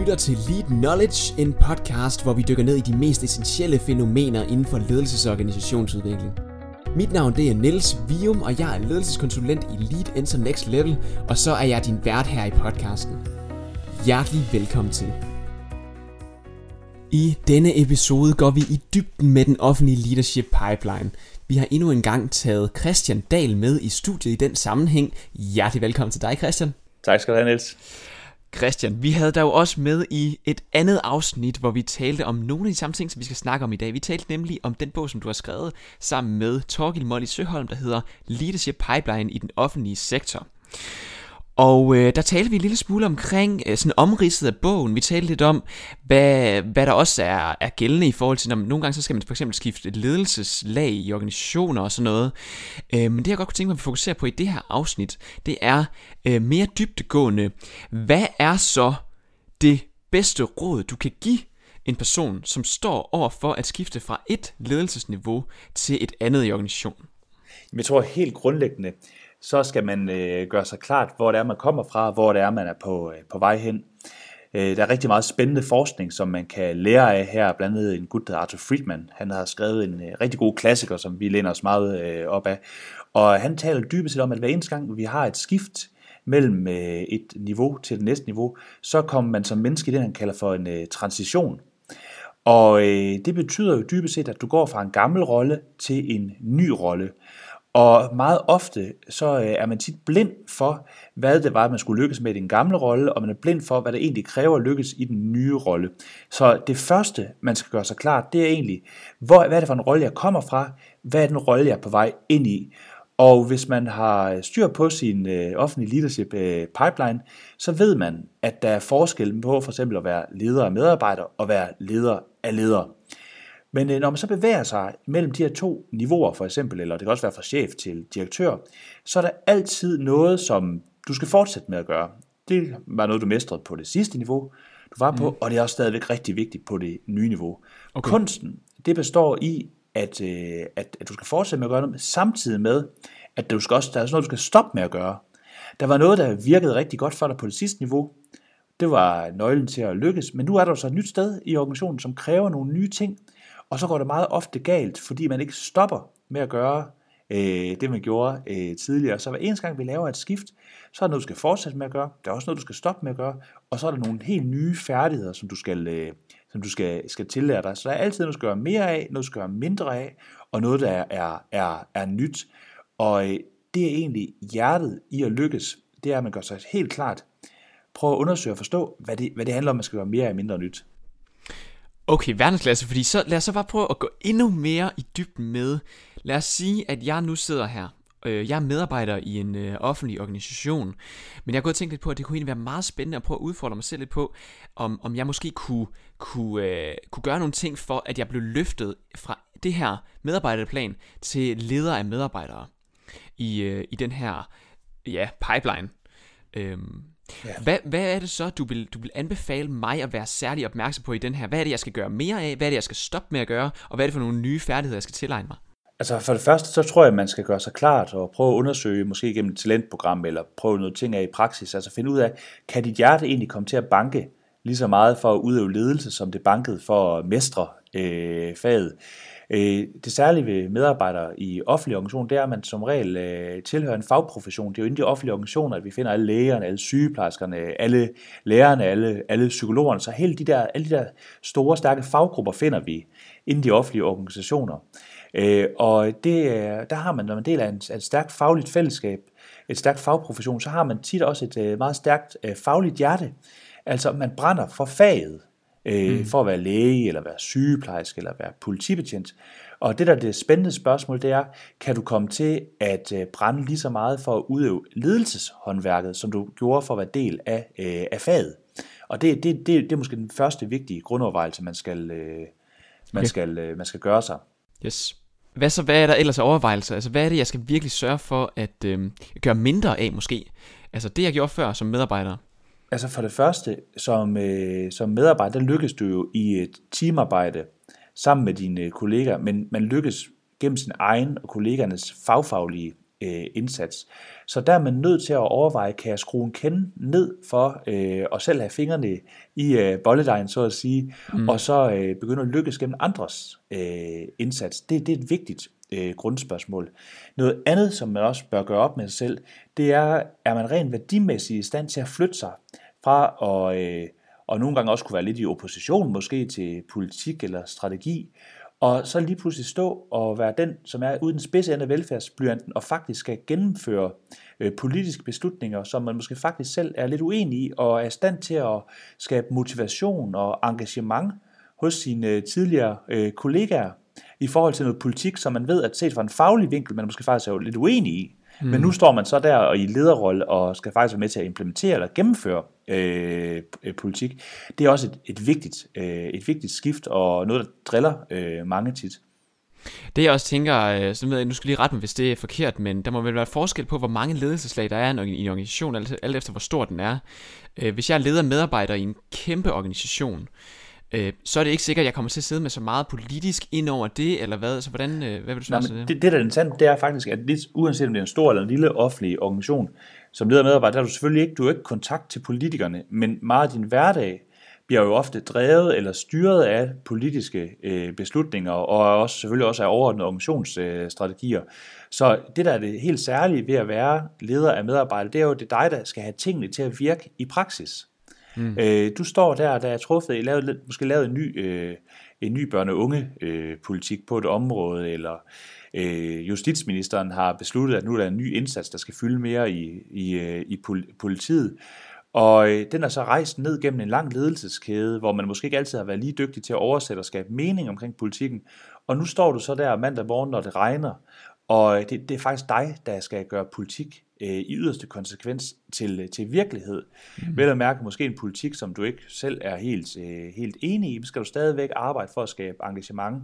lytter til Lead Knowledge, en podcast, hvor vi dykker ned i de mest essentielle fænomener inden for ledelses- og organisationsudvikling. Mit navn det er Niels Vium, og jeg er ledelseskonsulent i Lead Enter Next Level, og så er jeg din vært her i podcasten. Hjertelig velkommen til. I denne episode går vi i dybden med den offentlige leadership pipeline. Vi har endnu en gang taget Christian Dahl med i studiet i den sammenhæng. Hjertelig velkommen til dig, Christian. Tak skal du have, Niels. Christian, vi havde dig jo også med i et andet afsnit, hvor vi talte om nogle af de samme ting, som vi skal snakke om i dag. Vi talte nemlig om den bog, som du har skrevet sammen med Torgild Molly Søholm, der hedder Leadership Pipeline i den offentlige sektor. Og der talte vi en lille smule omkring sådan omridset af bogen. Vi talte lidt om, hvad der også er gældende i forhold til, når nogle gange så skal man for eksempel skifte et ledelseslag i organisationer og sådan noget. Men det jeg godt kunne tænke mig at fokusere på i det her afsnit, det er mere dybdegående. Hvad er så det bedste råd, du kan give en person, som står over for at skifte fra et ledelsesniveau til et andet i organisationen? Jeg tror helt grundlæggende, så skal man gøre sig klart, hvor det er, man kommer fra, hvor det er, man er på vej hen. Der er rigtig meget spændende forskning, som man kan lære af her, blandt andet en gut, der Arthur Friedman. Han har skrevet en rigtig god klassiker, som vi læner os meget op af. Og han taler dybest set om, at hver eneste gang, vi har et skift mellem et niveau til det næste niveau, så kommer man som menneske i det, han kalder for en transition. Og det betyder jo dybest set, at du går fra en gammel rolle til en ny rolle. Og meget ofte så er man tit blind for, hvad det var, man skulle lykkes med i den gamle rolle, og man er blind for, hvad det egentlig kræver at lykkes i den nye rolle. Så det første, man skal gøre sig klart, det er egentlig, hvad er det for en rolle, jeg kommer fra? Hvad er den rolle, jeg er på vej ind i? Og hvis man har styr på sin offentlige leadership pipeline, så ved man, at der er forskel på for eksempel at være leder af medarbejdere og være leder af ledere. Men når man så bevæger sig mellem de her to niveauer for eksempel, eller det kan også være fra chef til direktør, så er der altid noget, som du skal fortsætte med at gøre. Det var noget, du mestrede på det sidste niveau, du var på, og det er også stadigvæk rigtig vigtigt på det nye niveau. Okay. Kunsten, det består i, at du skal fortsætte med at gøre noget, samtidig med, at der er også noget, du skal stoppe med at gøre. Der var noget, der virkede rigtig godt for dig på det sidste niveau. Det var nøglen til at lykkes, men nu er der så et nyt sted i organisationen, som kræver nogle nye ting. Og så går det meget ofte galt, fordi man ikke stopper med at gøre det, man gjorde tidligere. Så hver eneste gang, vi laver et skift, så er der noget, du skal fortsætte med at gøre. Der er også noget, du skal stoppe med at gøre. Og så er der nogle helt nye færdigheder, som du skal tillære dig. Så der er altid noget, du skal gøre mere af, noget, du skal gøre mindre af, og noget, der er nyt. Og det er egentlig hjertet i at lykkes. Det er, at man gør sig helt klart. Prøv at undersøge og forstå, hvad det handler om, man skal gøre mere af, mindre nyt. Okay, verdensklasse, fordi så lad os så bare prøve at gå endnu mere i dybden med. Lad os sige, at jeg nu sidder her. Jeg er medarbejder i en offentlig organisation, men jeg har gået og tænkt lidt på, at det kunne egentlig være meget spændende at prøve at udfordre mig selv lidt på, om jeg måske kunne gøre nogle ting for, at jeg blev løftet fra det her medarbejderplan til leder af medarbejdere i den her pipeline. Ja. Hvad er det så, du vil anbefale mig at være særlig opmærksom på i den her? Hvad er det, jeg skal gøre mere af? Hvad er det, jeg skal stoppe med at gøre? Og hvad er det for nogle nye færdigheder, jeg skal tilegne mig? Altså for det første, så tror jeg, at man skal gøre sig klart og prøve at undersøge, måske gennem et talentprogram, eller prøve noget ting af i praksis. Altså finde ud af, kan dit hjerte egentlig komme til at banke lige så meget for at udøve ledelse, som det bankede for at mestre faget? Det særlige ved medarbejdere i offentlige organisationer, det er, at man som regel tilhører en fagprofession. Det er jo inden de offentlige organisationer, at vi finder alle lægerne, alle sygeplejerskerne, alle lærerne, alle psykologerne. Så alle de der store, stærke faggrupper finder vi inden de offentlige organisationer. Og der har man, når man deler et stærkt fagligt fællesskab, et stærkt fagprofession, så har man tit også et meget stærkt fagligt hjerte. Altså man brænder for faget. For at være læge, eller være sygeplejerske, eller være politibetjent. Og det der er det spændende spørgsmål, det er, kan du komme til at brænde lige så meget for at udøve ledelseshåndværket, som du gjorde for at være del af faget? Og det er måske den første vigtige grundovervejelse, man skal gøre sig. Yes. Hvad er der ellers af overvejelser? Altså hvad er det, jeg skal virkelig sørge for at gøre mindre af måske? Altså det jeg gjorde før som medarbejder. Altså for det første, som medarbejder, der lykkes du jo i et teamarbejde sammen med dine kolleger, men man lykkes gennem sin egen og kollegernes fagfaglige indsats. Så der er man nødt til at overveje, kan jeg skrue en kende ned for at selv have fingrene i bolledejen, så at sige, og så begynde at lykkes gennem andres indsats. Det er et vigtigt grundspørgsmål. Noget andet, som man også bør gøre op med sig selv, det er man rent værdimæssigt i stand til at flytte sig fra og nogle gange også kunne være lidt i opposition måske til politik eller strategi, og så lige pludselig stå og være den, som er ude den spidse ende af velfærdsblyanten, og faktisk skal gennemføre politiske beslutninger, som man måske faktisk selv er lidt uenig i, og er i stand til at skabe motivation og engagement hos sine tidligere kollegaer, i forhold til noget politik, som man ved, at set fra en faglig vinkel, man måske faktisk er jo lidt uenig i. Men nu står man så der og i lederrolle og skal faktisk være med til at implementere eller gennemføre politik. Det er også et vigtigt skift og noget, der driller mange tit. Det jeg også tænker, så ved jeg, nu skal lige rette mig, hvis det er forkert, men der må vel være forskel på, hvor mange ledelseslag der er i en organisation, alt efter hvor stor den er. Hvis jeg er leder medarbejder i en kæmpe organisation, så er det ikke sikkert, at jeg kommer til at sidde med så meget politisk ind over det, eller hvad? Så hvad vil du svare til det? Det der er interessant, det er faktisk, at lidt, uanset om det er en stor eller en lille offentlig organisation, som leder medarbejder, der er du selvfølgelig ikke, ikke kontakt til politikerne, men meget af din hverdag bliver jo ofte drevet eller styret af politiske beslutninger, og selvfølgelig også af overordnede organisationsstrategier. Så det, der er det helt særlige ved at være leder af medarbejdere, det er jo, det er dig, der skal have tingene til at virke i praksis. Du står der er truffet, måske lavet en ny børne- og unge politik på et område, eller justitsministeren har besluttet, at nu er der en ny indsats, der skal fylde mere i politiet. Og den er så rejst ned gennem en lang ledelseskæde, hvor man måske ikke altid har været lige dygtig til at oversætte og skabe mening omkring politikken. Og nu står du så der mandag morgen, når det regner, og det er faktisk dig, der skal gøre politik i yderste konsekvens til virkelighed. Vel at mærke måske en politik, som du ikke selv er helt enig i, men skal du stadigvæk arbejde for at skabe engagement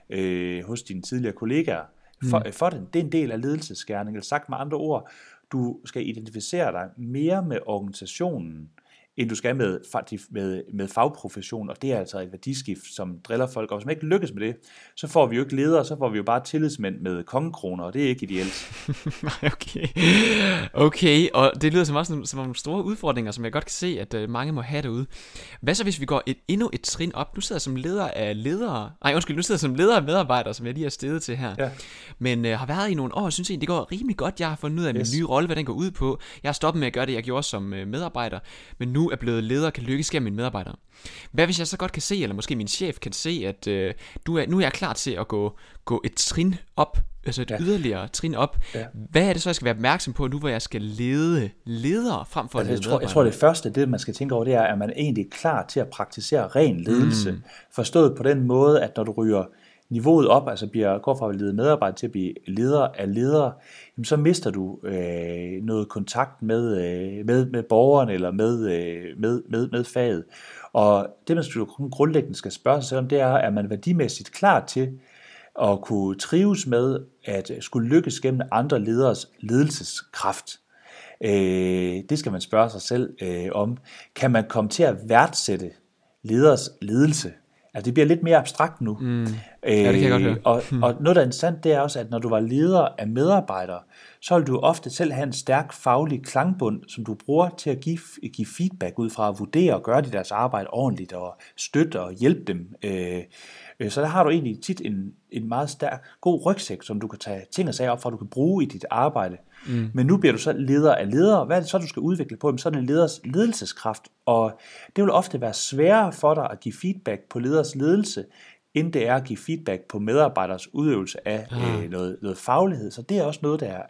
hos dine tidligere kollegaer for den. Det er en del af ledelsesgerningen, eller sagt med andre ord, du skal identificere dig mere med organisationen, end du skal med fagprofession, og det er altså et værdiskift, som driller folk, og hvis man ikke lykkes med det, så får vi jo ikke ledere, så får vi jo bare tillidsmænd med kongekroner, og det er ikke ideelt. Okay, og det lyder som også som nogle store udfordringer, som jeg godt kan se, at mange må have derude. Hvad så hvis vi går endnu et trin op? Nu sidder jeg som leder af medarbejdere, som jeg lige er steget til her, ja. Men har været i nogle år, jeg synes egentlig, det går rimelig godt. Jeg har fundet ud af min nye rolle, hvad den går ud på. Jeg har stoppet med at gøre det, jeg gjorde som medarbejder, men nu er blevet leder og kan lykkes gennem mine medarbejdere. Hvad hvis jeg så godt kan se, eller måske min chef kan se, at nu er jeg klar til at gå et trin op, altså et yderligere trin op. Ja. Hvad er det så, jeg skal være opmærksom på nu, hvor jeg skal lede ledere frem for at lede medarbejdere? Jeg tror, det første, det man skal tænke over, det er man egentlig klar til at praktisere ren ledelse. Forstået på den måde, at når du ryger niveauet op, altså går fra at lede medarbejder til at blive leder af ledere, jamen så mister du noget kontakt med borgeren eller med faget. Og det man grundlæggende skal spørge sig selv om, det er man værdimæssigt klar til at kunne trives med at skulle lykkes gennem andre lederes ledelseskraft. Det skal man spørge sig selv om. Kan man komme til at værdsætte leders ledelse? Altså det bliver lidt mere abstrakt nu. Ja, det kan jeg godt høre. Og noget, der er interessant, det er også, at når du var leder af medarbejdere, så vil du ofte selv have en stærk faglig klangbund, som du bruger til at give feedback ud fra at vurdere og gøre deres arbejde ordentligt og støtte og hjælpe dem. Så der har du egentlig tit en meget stærk, god rygsæk, som du kan tage ting og sager op fra, du kan bruge i dit arbejde. Men nu bliver du så leder af ledere. Hvad er det så, du skal udvikle på? Så er det en leders ledelseskraft, og det vil ofte være sværere for dig at give feedback på leders ledelse, end det er at give feedback på medarbejders udøvelse af noget faglighed. Så det er også noget, der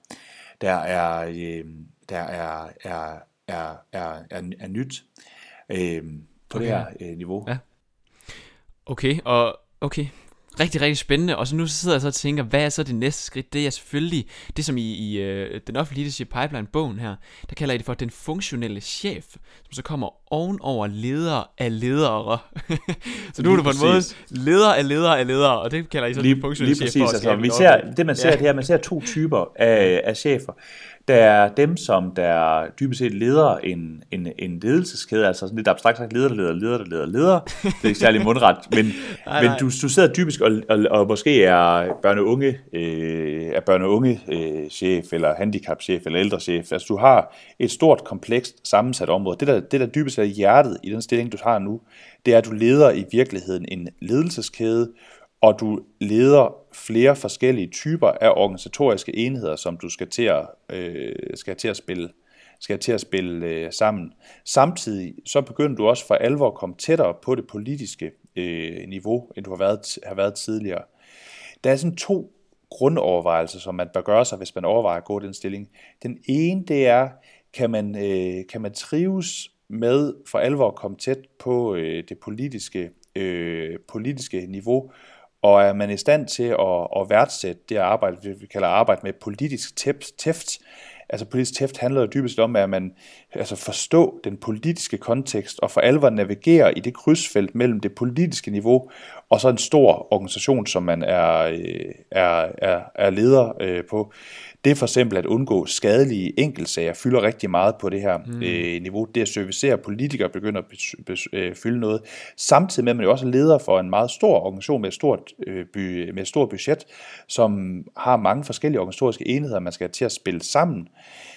er nyt på det her niveau. Ja. Okay. Rigtig, rigtig spændende. Og så nu sidder jeg så og tænker, hvad er så det næste skridt? Det er selvfølgelig, det som i den offentlige leadership pipeline-bogen her, der kalder jeg det for den funktionelle chef, som så kommer ovenover leder af ledere. Så nu er du på en måde leder af ledere, og det kalder I så den funktionelle chef. Lige præcis, altså, man ser to typer af chefer. Der er dem, som der dybest set leder en ledelseskæde, altså sådan lidt abstrakt sagt leder. Det er ikke særlig mundret, men du sidder typisk og måske er børne- og unge chef, eller handicapchef, eller ældrechef. Altså du har et stort, komplekst sammensat område. Det der dybest set er hjertet i den stilling, du har nu, det er, at du leder i virkeligheden en ledelseskæde, og du leder flere forskellige typer af organisatoriske enheder, som du skal til at spille sammen. Samtidig så begynder du også for alvor at komme tættere på det politiske niveau, end du har været tidligere. Der er sådan 2 grundovervejelser, som man bør gøre sig, hvis man overvejer at gå den stilling. Den ene, det er, kan man trives med for alvor at komme tæt på det politiske niveau, og er man i stand til at værdsætte det arbejde, vi kalder arbejde med politisk tæft. Altså politisk tæft handler jo dybest om, at man forstå den politiske kontekst, og for alvor navigere i det krydsfelt mellem det politiske niveau, og så en stor organisation, som man er leder på. Det er for eksempel at undgå skadelige enkeltsager, fylder rigtig meget på det her niveau. Det at servicere politikere begynder at fylde noget. Samtidig med, at man jo også er leder for en meget stor organisation med et stort budget, som har mange forskellige organisatoriske enheder, man skal til at spille sammen.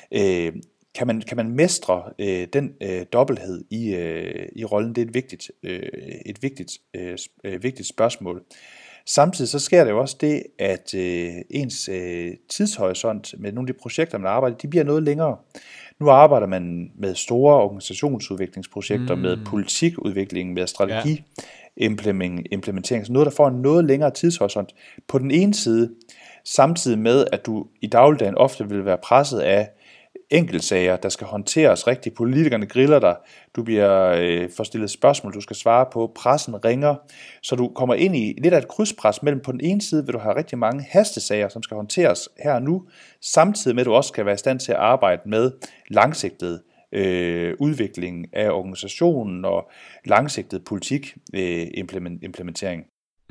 Kan man mestre den dobbelthed i rollen? Det er et vigtigt spørgsmål. Samtidig så sker der jo også det, at ens tidshorisont med nogle af de projekter, man arbejder, de bliver noget længere. Nu arbejder man med store organisationsudviklingsprojekter, med politikudvikling, med strategiimplementering, så noget, der får en noget længere tidshorisont. På den ene side, samtidig med, at du i dagligdagen ofte vil være presset af enkeltsager, der skal håndteres rigtigt. Politikerne griller dig, du bliver forstillet spørgsmål, du skal svare på, pressen ringer, så du kommer ind i lidt af et krydspres mellem på den ene side, vil du have rigtig mange hastesager, som skal håndteres her og nu, samtidig med, at du også skal være i stand til at arbejde med langsigtet udvikling af organisationen og langsigtet politik implementering.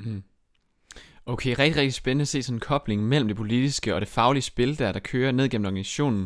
Okay, rigtig, rigtig spændende at se sådan en kobling mellem det politiske og det faglige spil, der kører ned gennem organisationen.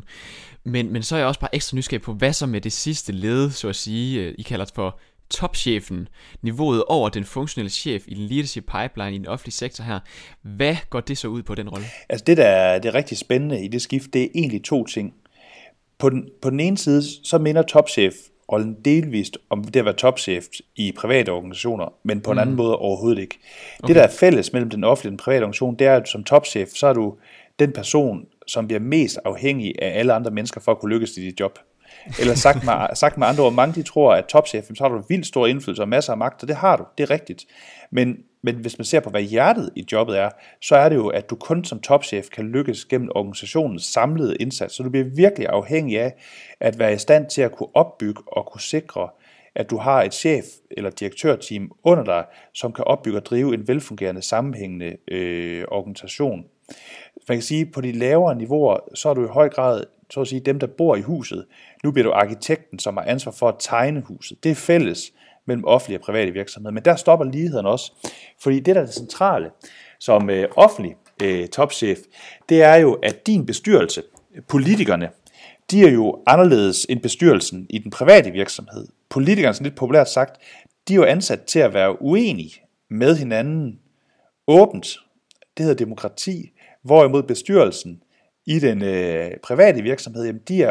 Men så er jeg også bare ekstra nysgerrig på, hvad så med det sidste led, så at sige, I kalder det for topchefen, niveauet over den funktionelle chef i den leadership pipeline i den offentlige sektor her. Hvad går det så ud på, den rolle? Altså det, der er det rigtig spændende i det skift, det er egentlig 2 ting. På den ene side, så minder topchef-rollen delvist om det at være topchef i private organisationer, men på en anden måde overhovedet ikke. Okay. Det, der er fælles mellem den offentlige og den private organisation, det er, at som topchef, så er du den person, som bliver mest afhængig af alle andre mennesker for at kunne lykkes i dit job. Eller sagt med andre ord, mange de tror, at topchefen, så har du vildt stor indflydelse og masser af magt, og det har du, det er rigtigt. Men hvis man ser på, hvad hjertet i jobbet er, så er det jo, at du kun som topchef kan lykkes gennem organisationens samlede indsats. Så du bliver virkelig afhængig af at være i stand til at kunne opbygge og kunne sikre, at du har et chef- eller direktørteam under dig, som kan opbygge og drive en velfungerende, sammenhængende organisation. Man kan sige, at på de lavere niveauer, så er du i høj grad, så at sige, dem, der bor i huset. Nu bliver du arkitekten, som har ansvar for at tegne huset. Det er fælles mellem offentlige og private virksomheder, men der stopper ligheden også. Fordi det, der er det centrale som offentlig topchef, det er jo, at din bestyrelse, politikerne, de er jo anderledes end bestyrelsen i den private virksomhed. Politikerne, sådan lidt populært sagt, de er jo ansat til at være uenige med hinanden åbent. Det hedder demokrati, hvorimod bestyrelsen i den private virksomhed, jamen de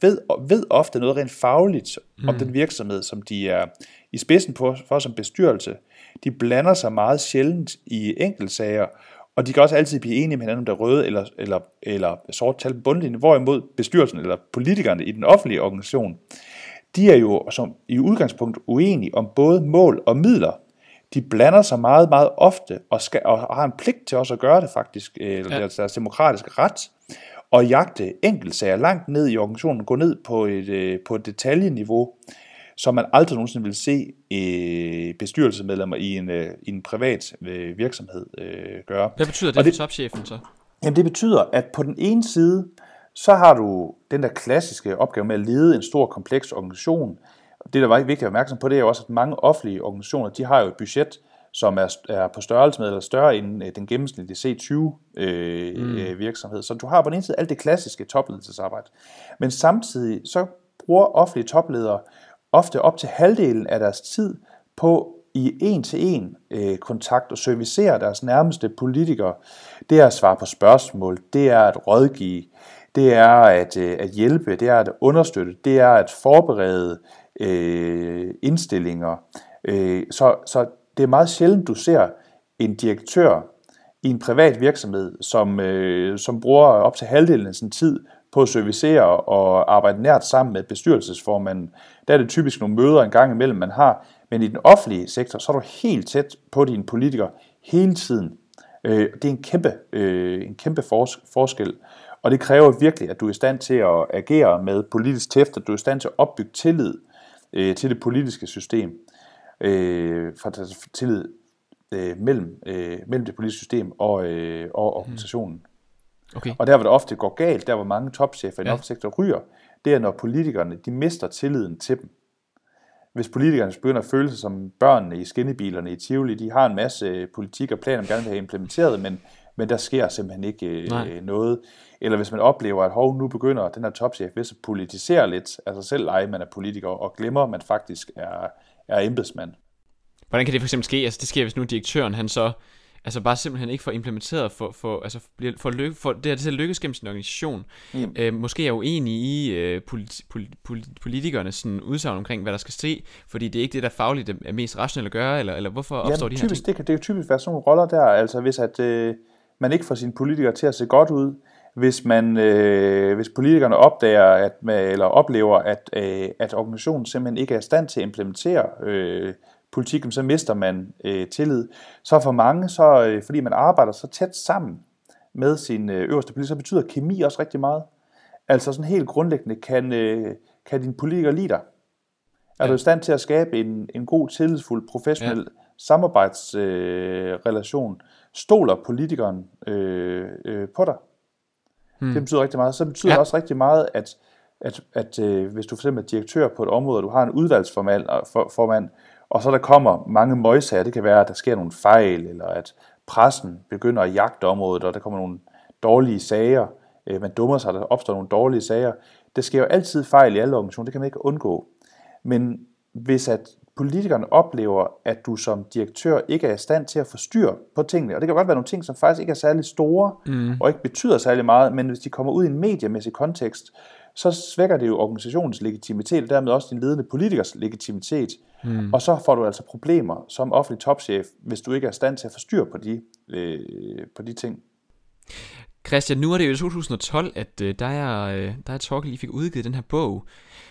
ved ofte noget rent fagligt om den virksomhed, som de er i spidsen for som bestyrelse. De blander sig meget sjældent i enkeltsager, og de kan også altid blive enige med hinanden om der røde eller sort tal på bundlinjen, hvorimod bestyrelsen eller politikerne i den offentlige organisation, de er jo som i udgangspunkt uenige om både mål og midler. De blander sig meget, meget ofte og har en pligt til også at gøre det faktisk, deres demokratiske ret, og jagte enkeltsager langt ned i organisationen, gå ned på et detaljeniveau, som man aldrig nogensinde vil se bestyrelsesmedlemmer i en privat virksomhed gøre. Hvad betyder det for topchefen så? Jamen det betyder, at på den ene side, så har du den der klassiske opgave med at lede en stor, kompleks organisation. Det, der var vigtigt at være opmærksom på, det er jo også, at mange offentlige organisationer, de har jo et budget, som er på størrelse med eller større end den gennemsnitlige C20 virksomhed. Så du har på den ene side alt det klassiske topledelsesarbejde. Men samtidig så bruger offentlige topledere ofte op til halvdelen af deres tid på i en-til-en kontakt og servicere deres nærmeste politikere. Det er at svare på spørgsmål, det er at rådgive, det er at hjælpe, det er at understøtte, det er at forberede indstillinger. Så det er meget sjældent, du ser en direktør i en privat virksomhed, som bruger op til halvdelen af sin tid på at servicere og arbejde nært sammen med bestyrelsesformanden. Der er det typisk nogle møder en gang imellem, man har, men i den offentlige sektor, så er du helt tæt på dine politikere hele tiden. Det er en kæmpe forskel, og det kræver virkelig, at du er i stand til at agere med politisk tæft, at du er i stand til at opbygge tillid til det politiske system, tillid mellem det politiske system og organisationen. Okay. Og der, hvor det ofte går galt, der hvor mange topchefer i den offentlige sektor ryger, det er, når politikerne de mister tilliden til dem. Hvis politikerne begynder at føle sig som børnene i skinnebilerne i Tivoli, de har en masse politik og planer, de gerne vil have implementeret, men der sker simpelthen ikke noget. Eller hvis man oplever, at nu begynder den her topchef ved at politisere lidt af sig selv, man er politiker, og glemmer, at man faktisk er embedsmand. Hvordan kan det for eksempel ske? Altså det sker, hvis nu direktøren, han så bare simpelthen ikke får implementeret, for det her til at lykkes gennem sin organisation. Måske er uenig i politikernes sådan udsagn omkring, hvad der skal ske, fordi det er ikke det, der fagligt er mest rationelt at gøre, eller hvorfor opstår de her ting? Det kan jo typisk være sådan nogle roller der, altså hvis man ikke får sine politikere til at se godt ud, hvis politikerne opdager, eller oplever, at organisationen simpelthen ikke er i stand til at implementere politikken, så mister man tillid. Så for mange, fordi man arbejder så tæt sammen med sin øverste politiker, så betyder kemi også rigtig meget. Altså sådan helt grundlæggende, kan din politiker lide dig? Er du i stand til at skabe en god, tillidsfuld, professionel samarbejdsrelation? Stoler politikeren på dig? Det betyder rigtig meget. Så betyder det også rigtig meget, at hvis du for eksempel er direktør på et område, og du har en udvalgsformand, og så der kommer mange møgsager, det kan være, at der sker nogle fejl, eller at pressen begynder at jagte området, og der kommer nogle dårlige sager, man dummer sig, der opstår nogle dårlige sager. Der sker jo altid fejl i alle organisationer, det kan man ikke undgå. Men hvis at politikerne oplever, at du som direktør ikke er i stand til at få styr på tingene, og det kan godt være nogle ting, som faktisk ikke er særlig store, og ikke betyder særlig meget, men hvis de kommer ud i en mediemæssig kontekst, så svækker det jo organisationens legitimitet, og dermed også din ledende politikers legitimitet. Og så får du altså problemer som offentlig topchef, hvis du ikke er i stand til at få styr på de ting. Christian, nu er det jo 2012, at der er Torkild lige fik udgivet den her bog.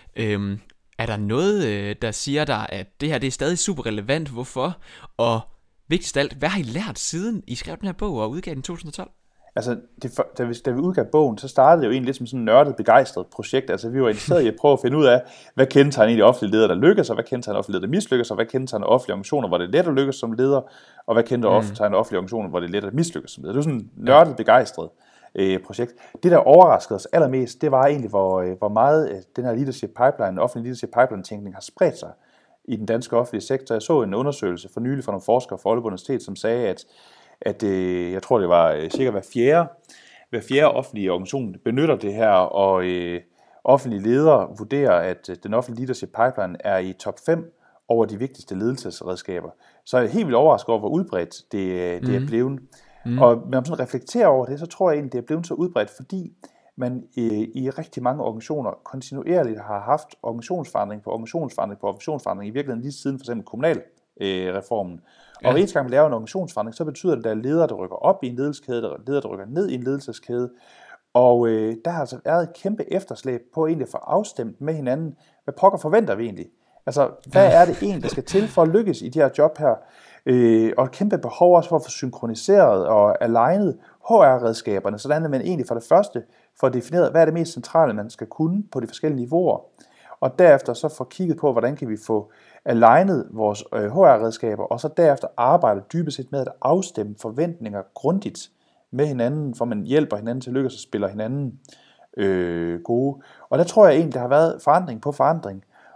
Er der noget, der siger dig, at det her det er stadig super relevant? Hvorfor? Og vigtigst af alt, hvad har I lært siden I skrev den her bog og udgav den i 2012? Altså, da vi udgav bogen, så startede det jo egentlig lidt som sådan en nørdet, begejstret projekt. Altså, vi var interesseret i at prøve at finde ud af, hvad kendetegner egentlig offentlige ledere, der lykkes, og hvad kendetegner offentlige ledere, der mislykkes, og hvad kendetegner offentlige organisationer, hvor det er let at lykkes som leder, og hvad kendetegner offentlige organisationer, hvor det er let at mislykkes som leder. Det var sådan en nørdet, begejstret projekt. Det, der overraskede os allermest, det var egentlig, hvor meget den her offentlig leadership pipeline-tænkning har spredt sig i den danske offentlige sektor. Jeg så en undersøgelse for nylig fra nogle forskere fra Aalborg Universitet, som sagde, at jeg tror, det var cirka hver fjerde offentlige organisation benytter det her, og offentlige ledere vurderer, at den offentlige leadership pipeline er i top 5 over de vigtigste ledelsesredskaber. Så jeg er helt vildt overrasket over, hvor udbredt det er blevet. Og når man sådan reflekterer over det, så tror jeg egentlig, det er blevet så udbredt, fordi man i rigtig mange organisationer kontinuerligt har haft organisationsforandring på organisationsforandring, i virkeligheden lige siden for eksempel kommunalreformen. Og hver eneste gang man laver en organisationsforandring, så betyder det, at der er ledere, der rykker op i en ledelseskæde, der er ledere, der rykker ned i en ledelseskæde. Og der har altså været et kæmpe efterslæb på egentlig at få afstemt med hinanden, hvad pokker forventer vi egentlig? Altså, hvad er det egentlig, der skal til for at lykkes i de her job her? Og et kæmpe behov også for at få synkroniseret og alignet HR-redskaberne, sådan at man egentlig for det første får defineret, hvad er det mest centrale, man skal kunne på de forskellige niveauer. Og derefter så får kigget på, hvordan kan vi få alignet vores HR-redskaber, og så derefter arbejde dybest set med at afstemme forventninger grundigt med hinanden, for man hjælper hinanden til at lykkes og spiller hinanden gode. Og der tror jeg egentlig, der har været forandring på forandring.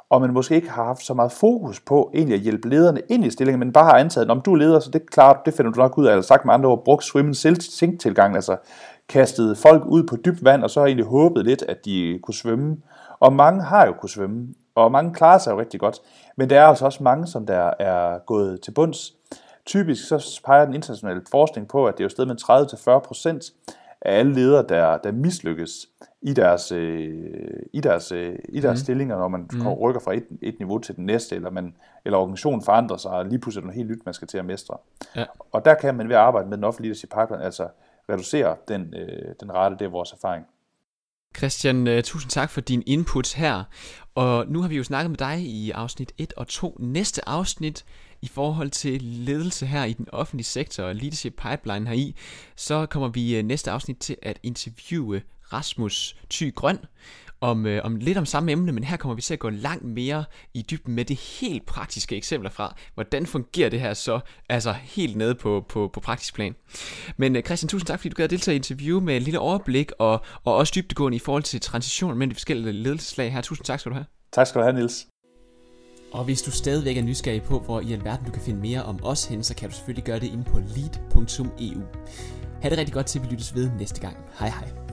og man måske ikke har haft så meget fokus på egentlig at hjælpe lederne ind i stillingen, men bare har antaget, om du er leder, så det klarer du, det finder du nok ud af, eller sagt med andre ord, brugt swim and sink tilgang, altså kastet folk ud på dybt vand, og så har egentlig håbet lidt, at de kunne svømme. Og mange har jo kunne svømme, og mange klarer sig jo rigtig godt, men der er altså også mange, som der er gået til bunds. Typisk så peger den internationale forskning på, at det er jo sted med 30-40% af alle ledere, der mislykkes i deres stillinger, når man rykker fra et niveau til den næste, eller organisationen forandrer sig, og lige pludselig er noget helt nyt, man skal til at mestre. Ja. Og der kan man ved at arbejde med den offentlige leadership pipeline, altså reducere den rate, det er vores erfaring. Christian, tusind tak for din input her. Og nu har vi jo snakket med dig i afsnit 1 og 2. Næste afsnit i forhold til ledelse her i den offentlige sektor og leadership pipeline heri, så kommer vi næste afsnit til at interviewe Rasmus Thy Grøn om lidt om samme emne, men her kommer vi til at gå langt mere i dybden med det helt praktiske eksempler fra, hvordan fungerer det her så, altså helt nede på praktisk plan. Men Christian, tusind tak, fordi du gad at deltage i interview med et lille overblik, og også dybdegående i forhold til transitionen mellem de forskellige ledelseslag her. Tusind tak skal du have. Tak skal du have, Niels. Og hvis du stadigvæk er nysgerrig på, hvor i alverden du kan finde mere om os hen, så kan du selvfølgelig gøre det inde på lead.eu. Ha' det rigtig godt til, vi lyttes ved næste gang. Hej hej.